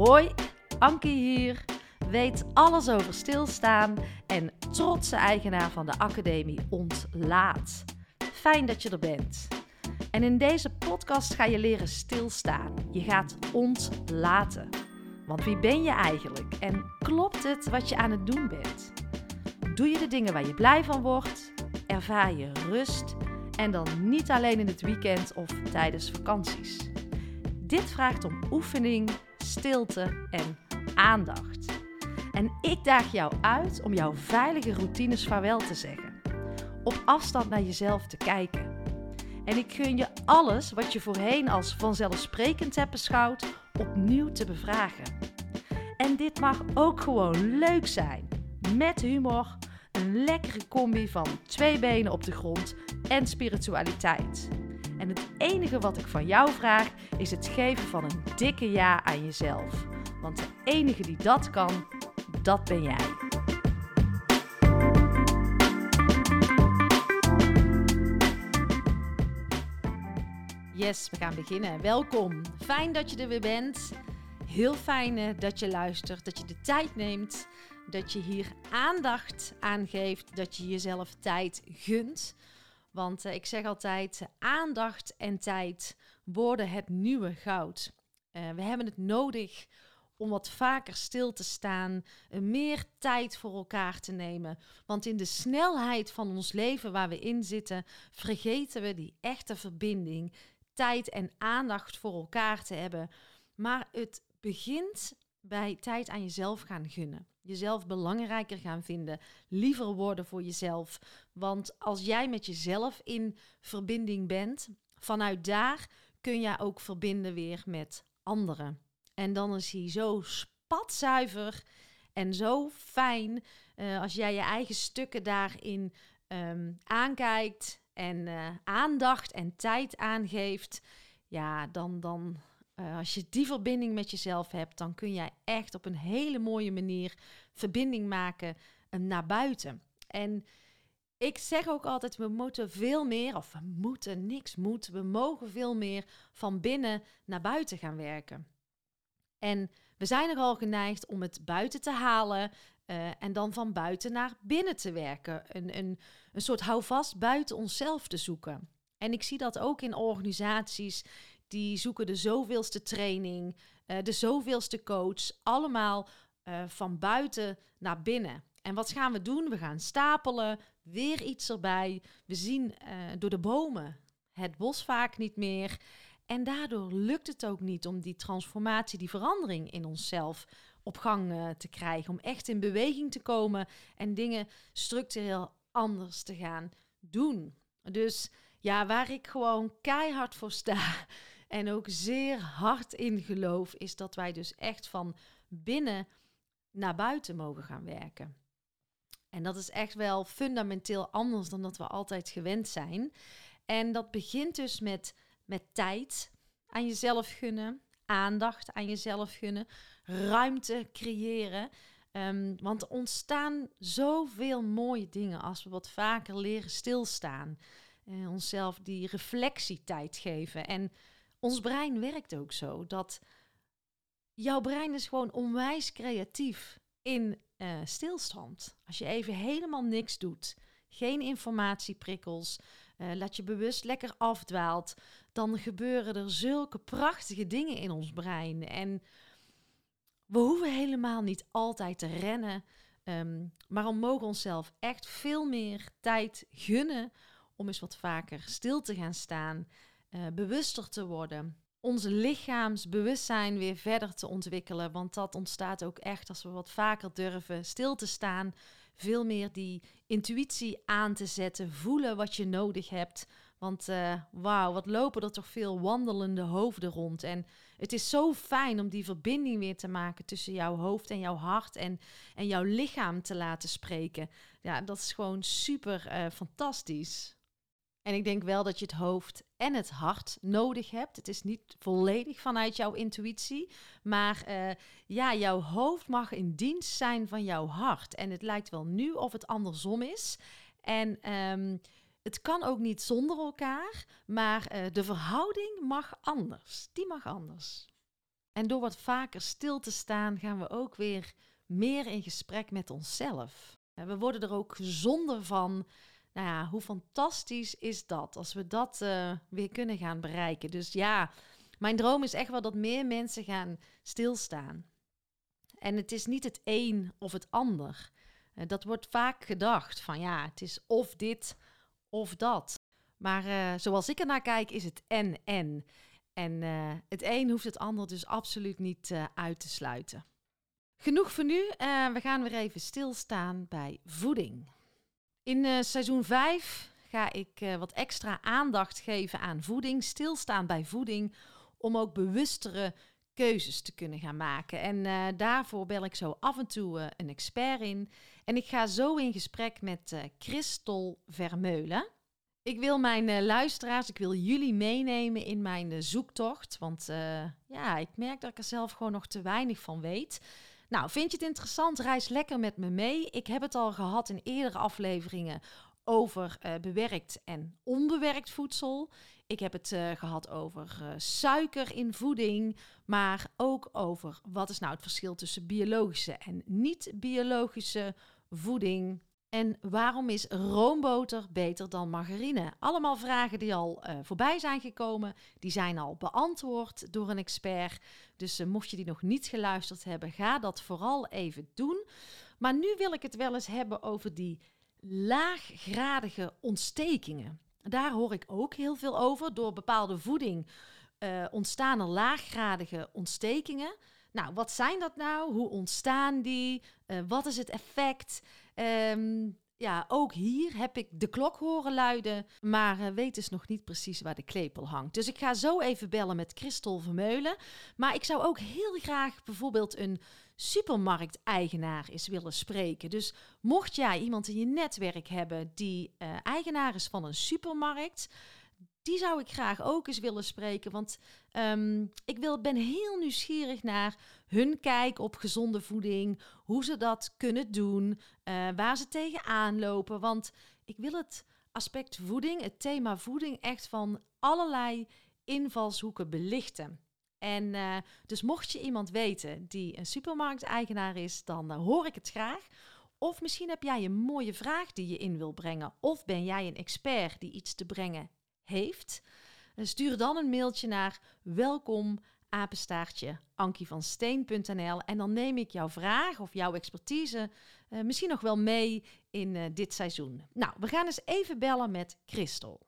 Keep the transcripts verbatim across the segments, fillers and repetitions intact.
Hoi, Anke hier, weet alles over stilstaan en trotse eigenaar van de Academie Ontlaat. Fijn dat je er bent. En in deze podcast ga je leren stilstaan. Je gaat ontlaten. Want wie ben je eigenlijk en klopt het wat je aan het doen bent? Doe je de dingen waar je blij van wordt? Ervaar je rust? En dan niet alleen in het weekend of tijdens vakanties. Dit vraagt om oefening, stilte en aandacht. En ik daag jou uit om jouw veilige routines vaarwel te zeggen. Op afstand naar jezelf te kijken. En ik gun je alles wat je voorheen als vanzelfsprekend hebt beschouwd, opnieuw te bevragen. En dit mag ook gewoon leuk zijn. Met humor, een lekkere combi van twee benen op de grond en spiritualiteit. En het enige wat ik van jou vraag is het geven van een dikke ja aan jezelf. Want de enige die dat kan, dat ben jij. Yes, we gaan beginnen. Welkom. Fijn dat je er weer bent. Heel fijn eh, dat je luistert, dat je de tijd neemt, dat je hier aandacht aan geeft, dat je jezelf tijd gunt. Want uh, ik zeg altijd, aandacht en tijd worden het nieuwe goud. Uh, we hebben het nodig om wat vaker stil te staan, uh, meer tijd voor elkaar te nemen. Want in de snelheid van ons leven waar we in zitten, vergeten we die echte verbinding, tijd en aandacht voor elkaar te hebben. Maar het begint bij tijd aan jezelf gaan gunnen. Jezelf belangrijker gaan vinden. Liever worden voor jezelf. Want als jij met jezelf in verbinding bent, vanuit daar kun je ook verbinden weer met anderen. En dan is hij zo spatzuiver en zo fijn uh, als jij je eigen stukken daarin um, aankijkt en uh, aandacht en tijd aangeeft. Ja, dan... dan Uh, als je die verbinding met jezelf hebt, dan kun jij echt op een hele mooie manier verbinding maken uh, naar buiten. En ik zeg ook altijd, we moeten veel meer, of we moeten, niks moet, we mogen veel meer van binnen naar buiten gaan werken. En we zijn nogal geneigd om het buiten te halen uh, en dan van buiten naar binnen te werken. Een, een, een soort houvast buiten onszelf te zoeken. En ik zie dat ook in organisaties. Die zoeken de zoveelste training, uh, de zoveelste coach, allemaal uh, van buiten naar binnen. En wat gaan we doen? We gaan stapelen, weer iets erbij. We zien uh, door de bomen het bos vaak niet meer. En daardoor lukt het ook niet om die transformatie, die verandering in onszelf op gang uh, te krijgen. Om echt in beweging te komen en dingen structureel anders te gaan doen. Dus ja, waar ik gewoon keihard voor sta en ook zeer hard in geloof, is dat wij dus echt van binnen naar buiten mogen gaan werken. En dat is echt wel fundamenteel anders dan dat we altijd gewend zijn. En dat begint dus met, met tijd aan jezelf gunnen, aandacht aan jezelf gunnen, ruimte creëren. Um, want er ontstaan zoveel mooie dingen als we wat vaker leren stilstaan. En onszelf die reflectietijd geven. En ons brein werkt ook zo dat jouw brein is gewoon onwijs creatief in uh, stilstand. Als je even helemaal niks doet, geen informatieprikkels, uh, laat je bewust lekker afdwaalt, dan gebeuren er zulke prachtige dingen in ons brein. En we hoeven helemaal niet altijd te rennen, um, maar we mogen onszelf echt veel meer tijd gunnen om eens wat vaker stil te gaan staan, uh, bewuster te worden. Onze lichaamsbewustzijn weer verder te ontwikkelen. Want dat ontstaat ook echt als we wat vaker durven stil te staan. Veel meer die intuïtie aan te zetten. Voelen wat je nodig hebt. Want uh, wauw, wat lopen er toch veel wandelende hoofden rond. En het is zo fijn om die verbinding weer te maken tussen jouw hoofd en jouw hart. En, en jouw lichaam te laten spreken. Ja, dat is gewoon super uh, fantastisch. En ik denk wel dat je het hoofd en het hart nodig hebt. Het is niet volledig vanuit jouw intuïtie. Maar uh, ja, jouw hoofd mag in dienst zijn van jouw hart. En het lijkt wel nu of het andersom is. En um, het kan ook niet zonder elkaar. Maar uh, de verhouding mag anders. Die mag anders. En door wat vaker stil te staan, gaan we ook weer meer in gesprek met onszelf. En we worden er ook gezonder van. Nou ja, hoe fantastisch is dat als we dat uh, weer kunnen gaan bereiken. Dus ja, mijn droom is echt wel dat meer mensen gaan stilstaan. En het is niet het een of het ander. Uh, dat wordt vaak gedacht van ja, het is of dit of dat. Maar uh, zoals ik ernaar kijk is het en-en. En uh, het een hoeft het ander dus absoluut niet uh, uit te sluiten. Genoeg voor nu. Uh, we gaan weer even stilstaan bij voeding. In uh, seizoen vijf ga ik uh, wat extra aandacht geven aan voeding. Stilstaan bij voeding. Om ook bewustere keuzes te kunnen gaan maken. En uh, daarvoor bel ik zo af en toe uh, een expert in. En ik ga zo in gesprek met uh, Christel Vermeulen. Ik wil mijn uh, luisteraars, ik wil jullie meenemen in mijn uh, zoektocht. Want uh, ja, ik merk dat ik er zelf gewoon nog te weinig van weet. Nou, vind je het interessant? Reis lekker met me mee. Ik heb het al gehad in eerdere afleveringen over uh, bewerkt en onbewerkt voedsel. Ik heb het uh, gehad over uh, suiker in voeding, maar ook over wat is nou het verschil tussen biologische en niet-biologische voeding. En waarom is roomboter beter dan margarine? Allemaal vragen die al uh, voorbij zijn gekomen. Die zijn al beantwoord door een expert. Dus uh, mocht je die nog niet geluisterd hebben, ga dat vooral even doen. Maar nu wil ik het wel eens hebben over die laaggradige ontstekingen. Daar hoor ik ook heel veel over. Door bepaalde voeding uh, ontstaan er laaggradige ontstekingen. Nou, wat zijn dat nou? Hoe ontstaan die? Uh, wat is het effect? Um, ja, ook hier heb ik de klok horen luiden, maar uh, weet dus nog niet precies waar de klepel hangt. Dus ik ga zo even bellen met Christel Vermeulen. Maar ik zou ook heel graag bijvoorbeeld een supermarkteigenaar eens willen spreken. Dus mocht jij iemand in je netwerk hebben die uh, eigenaar is van een supermarkt, die zou ik graag ook eens willen spreken, want um, ik wil, ben heel nieuwsgierig naar hun kijk op gezonde voeding, hoe ze dat kunnen doen, uh, waar ze tegenaan lopen. Want ik wil het aspect voeding, het thema voeding, echt van allerlei invalshoeken belichten. En uh, dus mocht je iemand weten die een supermarkteigenaar is, dan uh, hoor ik het graag. Of misschien heb jij een mooie vraag die je in wil brengen, of ben jij een expert die iets te brengen heeft, stuur dan een mailtje naar welkom apenstaartje ankievansteen punt n l en dan neem ik jouw vraag of jouw expertise uh, misschien nog wel mee in uh, dit seizoen. Nou, we gaan eens even bellen met Christel.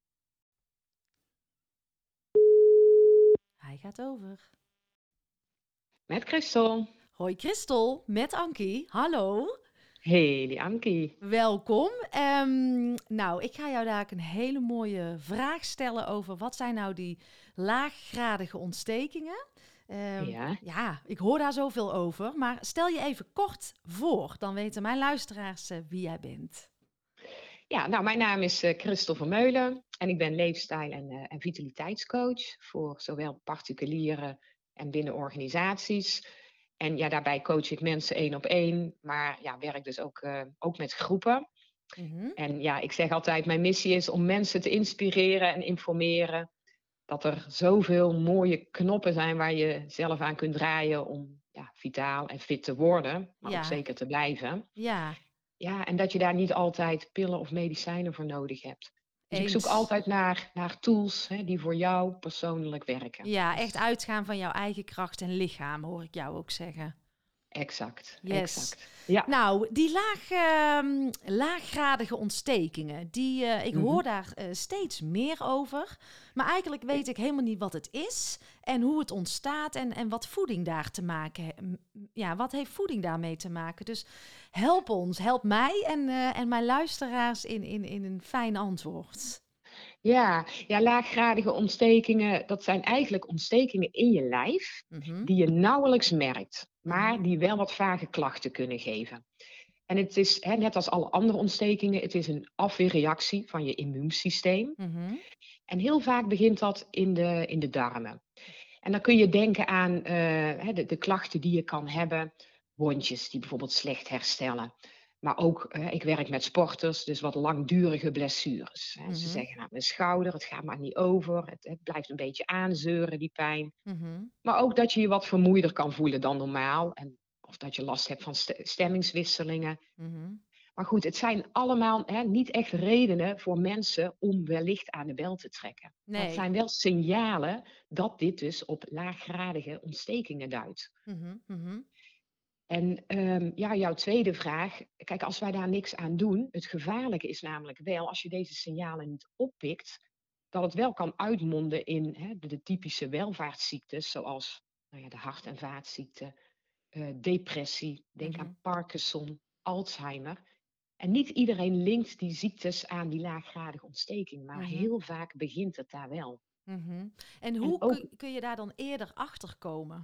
Hij gaat over. Met Christel. Hoi Christel, met Ankie. Hallo. Hey, Ankie. Welkom. Um, nou, ik ga jou daar een hele mooie vraag stellen over wat zijn nou die laaggradige ontstekingen. Um, ja. ja, ik hoor daar zoveel over, maar stel je even kort voor, dan weten mijn luisteraars uh, wie jij bent. Ja, nou, mijn naam is uh, Christel Vermeulen en ik ben leefstijl- en, uh, en vitaliteitscoach voor zowel particulieren en binnen organisaties. En ja, daarbij coach ik mensen één op één, maar ja, werk dus ook, uh, ook met groepen. Mm-hmm. En ja, ik zeg altijd, mijn missie is om mensen te inspireren en informeren dat er zoveel mooie knoppen zijn waar je zelf aan kunt draaien om ja, vitaal en fit te worden, maar ja. ook zeker te blijven. Ja. Ja, en dat je daar niet altijd pillen of medicijnen voor nodig hebt. Dus Eens. ik zoek altijd naar, naar tools hè, die voor jou persoonlijk werken. Ja, echt uitgaan van jouw eigen kracht en lichaam, hoor ik jou ook zeggen. Exact, yes. exact. Ja. Nou, die laag, uh, laaggradige ontstekingen, die, uh, ik mm-hmm. hoor daar uh, steeds meer over. Maar eigenlijk weet ik helemaal niet wat het is en hoe het ontstaat en, en wat voeding daar te maken heeft. Ja, wat heeft voeding daarmee te maken? Dus help ons, help mij en, uh, en mijn luisteraars in, in, in een fijn antwoord. Ja, ja, laaggradige ontstekingen, dat zijn eigenlijk ontstekingen in je lijf mm-hmm. die je nauwelijks merkt, maar mm-hmm. die wel wat vage klachten kunnen geven. En het is, hè, net als alle andere ontstekingen, het is een afweerreactie van je immuunsysteem. Mm-hmm. En heel vaak begint dat in de, in de darmen. En dan kun je denken aan uh, de, de klachten die je kan hebben, wondjes die bijvoorbeeld slecht herstellen. Maar ook, eh, ik werk met sporters, dus wat langdurige blessures. Hè. Ze Mhm. zeggen, nou, mijn schouder, het gaat maar niet over. Het, het blijft een beetje aanzeuren, die pijn. Mhm. Maar ook dat je je wat vermoeider kan voelen dan normaal. En, of dat je last hebt van ste- stemmingswisselingen. Mhm. Maar goed, het zijn allemaal hè, niet echt redenen voor mensen om wellicht aan de bel te trekken. Maar het Nee. zijn wel signalen dat dit dus op laaggradige ontstekingen duidt. Mhm. Mhm. En ehm, ja, jouw tweede vraag. Kijk, als wij daar niks aan doen, het gevaarlijke is namelijk wel, als je deze signalen niet oppikt, dat het wel kan uitmonden in hè, de, de typische welvaartsziektes, zoals nou ja, de hart- en vaatziekten, eh, depressie, denk Mhm. aan Parkinson, Alzheimer. En niet iedereen linkt die ziektes aan die laaggradige ontsteking, maar Mhm. heel vaak begint het daar wel. Mhm. En En hoe ook kun, kun je daar dan eerder achter komen?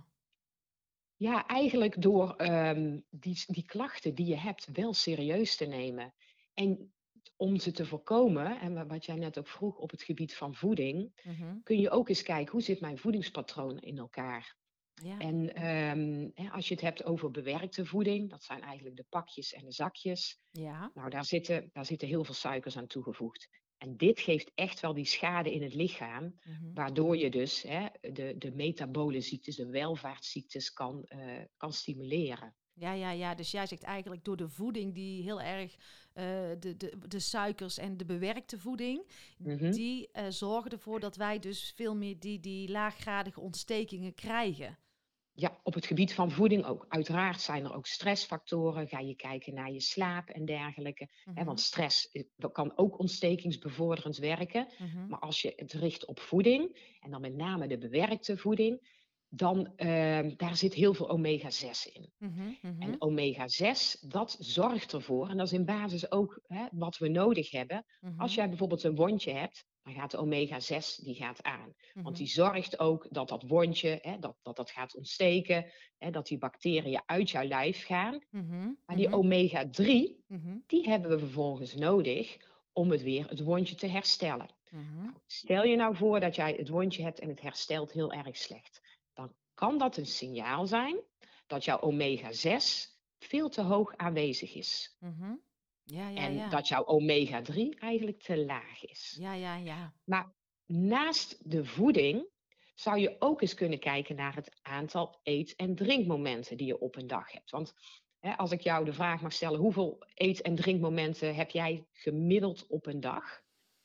ja, eigenlijk door ehm, die, die klachten die je hebt wel serieus te nemen. En om ze te voorkomen, en wa- wat jij net ook vroeg op het gebied van voeding, Mhm. kun je ook eens kijken hoe zit mijn voedingspatroon in elkaar. Ja. En ehm, hè, als je het hebt over bewerkte voeding, dat zijn eigenlijk de pakjes en de zakjes. Ja. Nou, daar zitten, daar zitten heel veel suikers aan toegevoegd. En dit geeft echt wel die schade in het lichaam, Mhm. waardoor je dus hè, de, de metabole ziektes, de welvaartsziektes kan, eh, kan stimuleren. Ja, ja, ja. Dus jij zegt eigenlijk door de voeding die heel erg, eh, de, de, de suikers en de bewerkte voeding, Mhm. die eh, zorgen ervoor dat wij dus veel meer die, die laaggradige ontstekingen krijgen. Ja, op het gebied van voeding ook. Uiteraard zijn er ook stressfactoren. Ga je kijken naar je slaap en dergelijke. Hè, want Mhm. stress eh, dat kan ook ontstekingsbevorderend werken. Mhm. Maar als je het richt op voeding, en dan met name de bewerkte voeding, dan uh, daar zit heel veel omega zes in. Mhm. Mhm. En omega zes, dat zorgt ervoor, en dat is in basis ook hè, wat we nodig hebben. Als Mhm. jij bijvoorbeeld een wondje hebt, dan gaat de omega zes die gaat aan. Want Mhm. die zorgt ook dat dat wondje, hè, dat, dat dat gaat ontsteken, hè, dat die bacteriën uit jouw lijf gaan. Mhm. Maar die Mhm. omega drie, Mhm. die hebben we vervolgens nodig om het weer, het wondje te herstellen. Mhm. Nou, stel je nou voor dat jij het wondje hebt en het herstelt heel erg slecht. Dan kan dat een signaal zijn dat jouw omega zes veel te hoog aanwezig is. Mhm. Ja, ja, En ja. dat jouw omega drie eigenlijk te laag is. Ja, ja, ja. Maar naast de voeding zou je ook eens kunnen kijken naar het aantal eet- en drinkmomenten die je op een dag hebt. Want hè, als ik jou de vraag mag stellen, hoeveel eet- en drinkmomenten heb jij gemiddeld op een dag?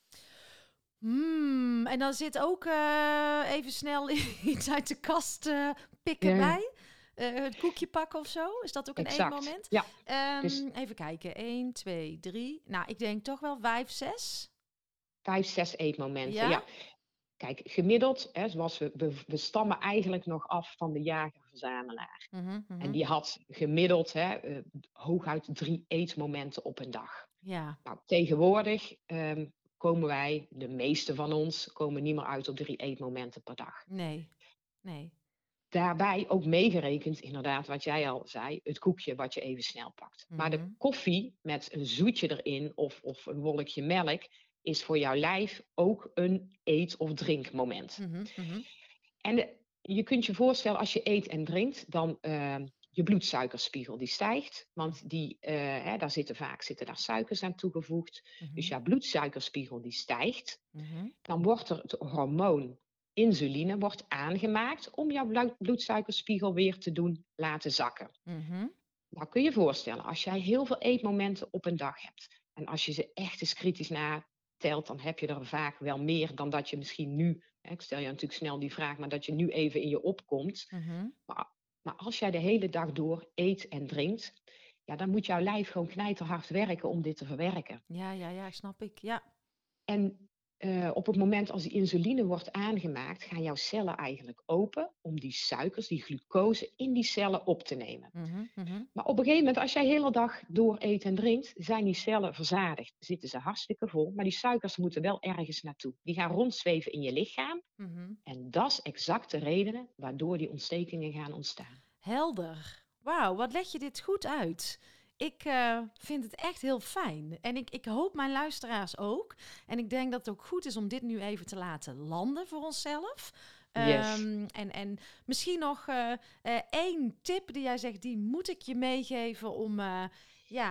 Hmm, en dan zit ook eh, even snel iets uit de kast eh, pikken Ja, bij. Eh, het koekje pakken of zo. Is dat ook een exact. eetmoment? Ja, Ehm, dus even kijken. één, twee, drie. Nou, ik denk toch wel vijf, zes. vijf, zes eetmomenten. Ja? Ja, kijk, gemiddeld, hè, zoals we, we, we stammen eigenlijk nog af van de jager-verzamelaar. Mhm, En mhm. die had gemiddeld hè, eh, hooguit drie eetmomenten op een dag. Ja. Nou, tegenwoordig ehm, komen wij, de meeste van ons, komen niet meer uit op drie eetmomenten per dag. Nee. Nee. Daarbij ook meegerekend, inderdaad, wat jij al zei, het koekje wat je even snel pakt. Maar de Mhm. koffie met een zoetje erin of, of een wolkje melk is voor jouw lijf ook een eet- of drinkmoment. Mhm, mhm. En de- je kunt je voorstellen, als je eet en drinkt, dan uh, je bloedsuikerspiegel die stijgt. Want die, uh, hè, daar zitten vaak zitten daar suikers aan toegevoegd. Dus Mhm. jouw bloedsuikerspiegel die stijgt. Mhm. Dan wordt er het hormoon insuline wordt aangemaakt om jouw bloedsuikerspiegel weer te doen laten zakken. Mhm. Nou kun je je voorstellen, als jij heel veel eetmomenten op een dag hebt. En als je ze echt eens kritisch natelt, dan heb je er vaak wel meer dan dat je misschien nu, ik stel je natuurlijk snel die vraag, maar dat je nu even in je opkomt. Mhm. Maar, maar als jij de hele dag door eet en drinkt, ja, dan moet jouw lijf gewoon knijterhard werken om dit te verwerken. Ja, ja, ja, snap ik. Ja. En uh, op het moment als die insuline wordt aangemaakt, gaan jouw cellen eigenlijk open om die suikers, die glucose, in die cellen op te nemen. Mhm, mhm. Maar op een gegeven moment, als jij de hele dag door eet en drinkt, zijn die cellen verzadigd. Zitten ze hartstikke vol, maar die suikers moeten wel ergens naartoe. Die gaan rondzweven in je lichaam. Mhm. En dat is exact de reden waardoor die ontstekingen gaan ontstaan. Helder. Wauw, wat leg je dit goed uit. Ik uh, vind het echt heel fijn. En ik, ik hoop mijn luisteraars ook. En ik denk dat het ook goed is om dit nu even te laten landen voor onszelf. Yes. Um, en, en misschien nog uh, uh, één tip die jij zegt, die moet ik je meegeven om uh, ja,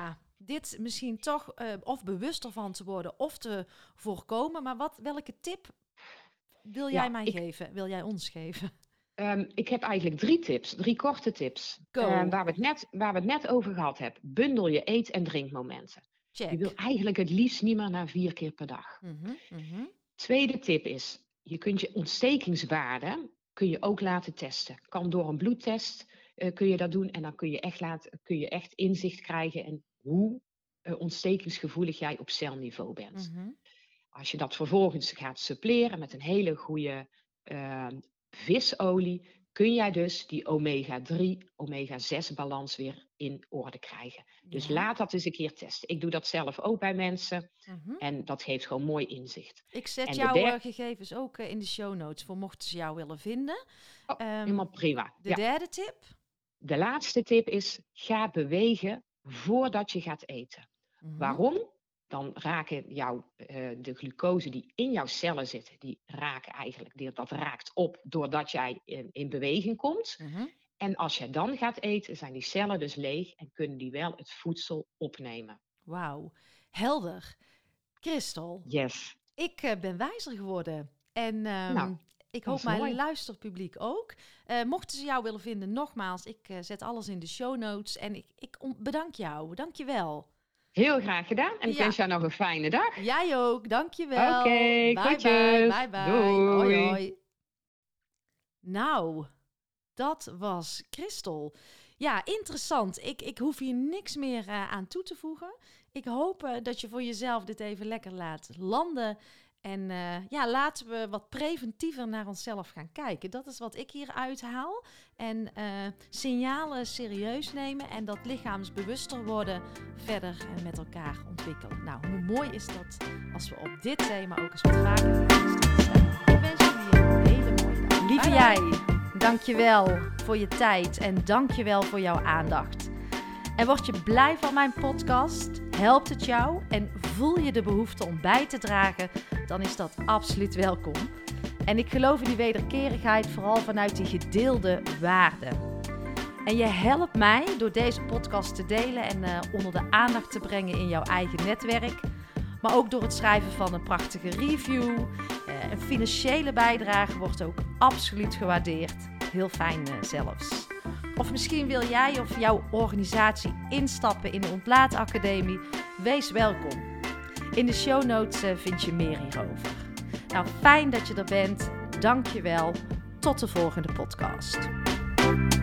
dit misschien toch uh, of bewuster van te worden of te voorkomen. Maar wat, welke tip wil jij ja, mij ik, geven? Wil jij ons geven? Um, ik heb eigenlijk drie tips, drie korte tips. Uh, waar, we het net, waar we het net over gehad hebben. Bundel je eet- en drinkmomenten. Check. Je wil eigenlijk het liefst niet meer naar vier keer per dag. Mm-hmm, mm-hmm. Tweede tip is, je kunt je ontstekingswaarde kun je ook laten testen. Kan door een bloedtest uh, kun je dat doen en dan kun je echt, laten, kun je echt inzicht krijgen in hoe uh, ontstekingsgevoelig jij op celniveau bent. Mm-hmm. Als je dat vervolgens gaat suppleren met een hele goede uh, visolie, kun jij dus die omega drie, omega zes balans weer in orde krijgen. Dus ja. laat dat eens een keer testen. Ik doe dat zelf ook bij mensen. Mm-hmm. En dat geeft gewoon mooi inzicht. Ik zet en jouw der... gegevens ook uh, in de show notes voor mochten ze jou willen vinden. Oh, um, helemaal prima. De ja. derde tip? De laatste tip is, ga bewegen voordat je gaat eten. Mm-hmm. Waarom? Dan raken jou, uh, de glucose die in jouw cellen zitten, die raken eigenlijk, die, dat raakt op doordat jij in, in beweging komt. Mm-hmm. En als je dan gaat eten, zijn die cellen dus leeg en kunnen die wel het voedsel opnemen. Wauw, helder. Christel, yes. ik uh, ben wijzer geworden. En um, nou, ik hoop mijn mooi. luisterpubliek ook. Uh, mochten ze jou willen vinden, nogmaals, ik uh, zet alles in de show notes. En ik, ik bedank jou. Dank je wel. Heel graag gedaan. En ik ja. wens jou nog een fijne dag. Jij ook. Dank je wel. Oké, okay, bye, bye, bye bye. Doei. Hoi, hoi. Nou, dat was Christel. Ja, interessant. Ik, ik hoef hier niks meer uh, aan toe te voegen. Ik hoop uh, dat je voor jezelf dit even lekker laat landen. En uh, ja, laten we wat preventiever naar onszelf gaan kijken. Dat is wat ik hier uithaal. En uh, signalen serieus nemen en dat lichaamsbewuster worden verder uh, met elkaar ontwikkelen. Nou, hoe mooi is dat als we op dit thema ook eens wat vaker gaan stilstaan. Ik wens jullie een hele mooie dag. Lieve bye jij, bye. Dankjewel voor je tijd en dankjewel voor jouw aandacht. En word je blij van mijn podcast? Helpt het jou en voel je de behoefte om bij te dragen? Dan is dat absoluut welkom. En ik geloof in die wederkerigheid vooral vanuit die gedeelde waarden. En je helpt mij door deze podcast te delen en uh, onder de aandacht te brengen in jouw eigen netwerk. Maar ook door het schrijven van een prachtige review. Uh, een financiële bijdrage wordt ook absoluut gewaardeerd. Heel fijn uh, zelfs. Of misschien wil jij of jouw organisatie instappen in de Ontlaatacademie. Wees welkom. In de show notes uh, vind je meer hierover. Nou, fijn dat je er bent. Dank je wel. Tot de volgende podcast.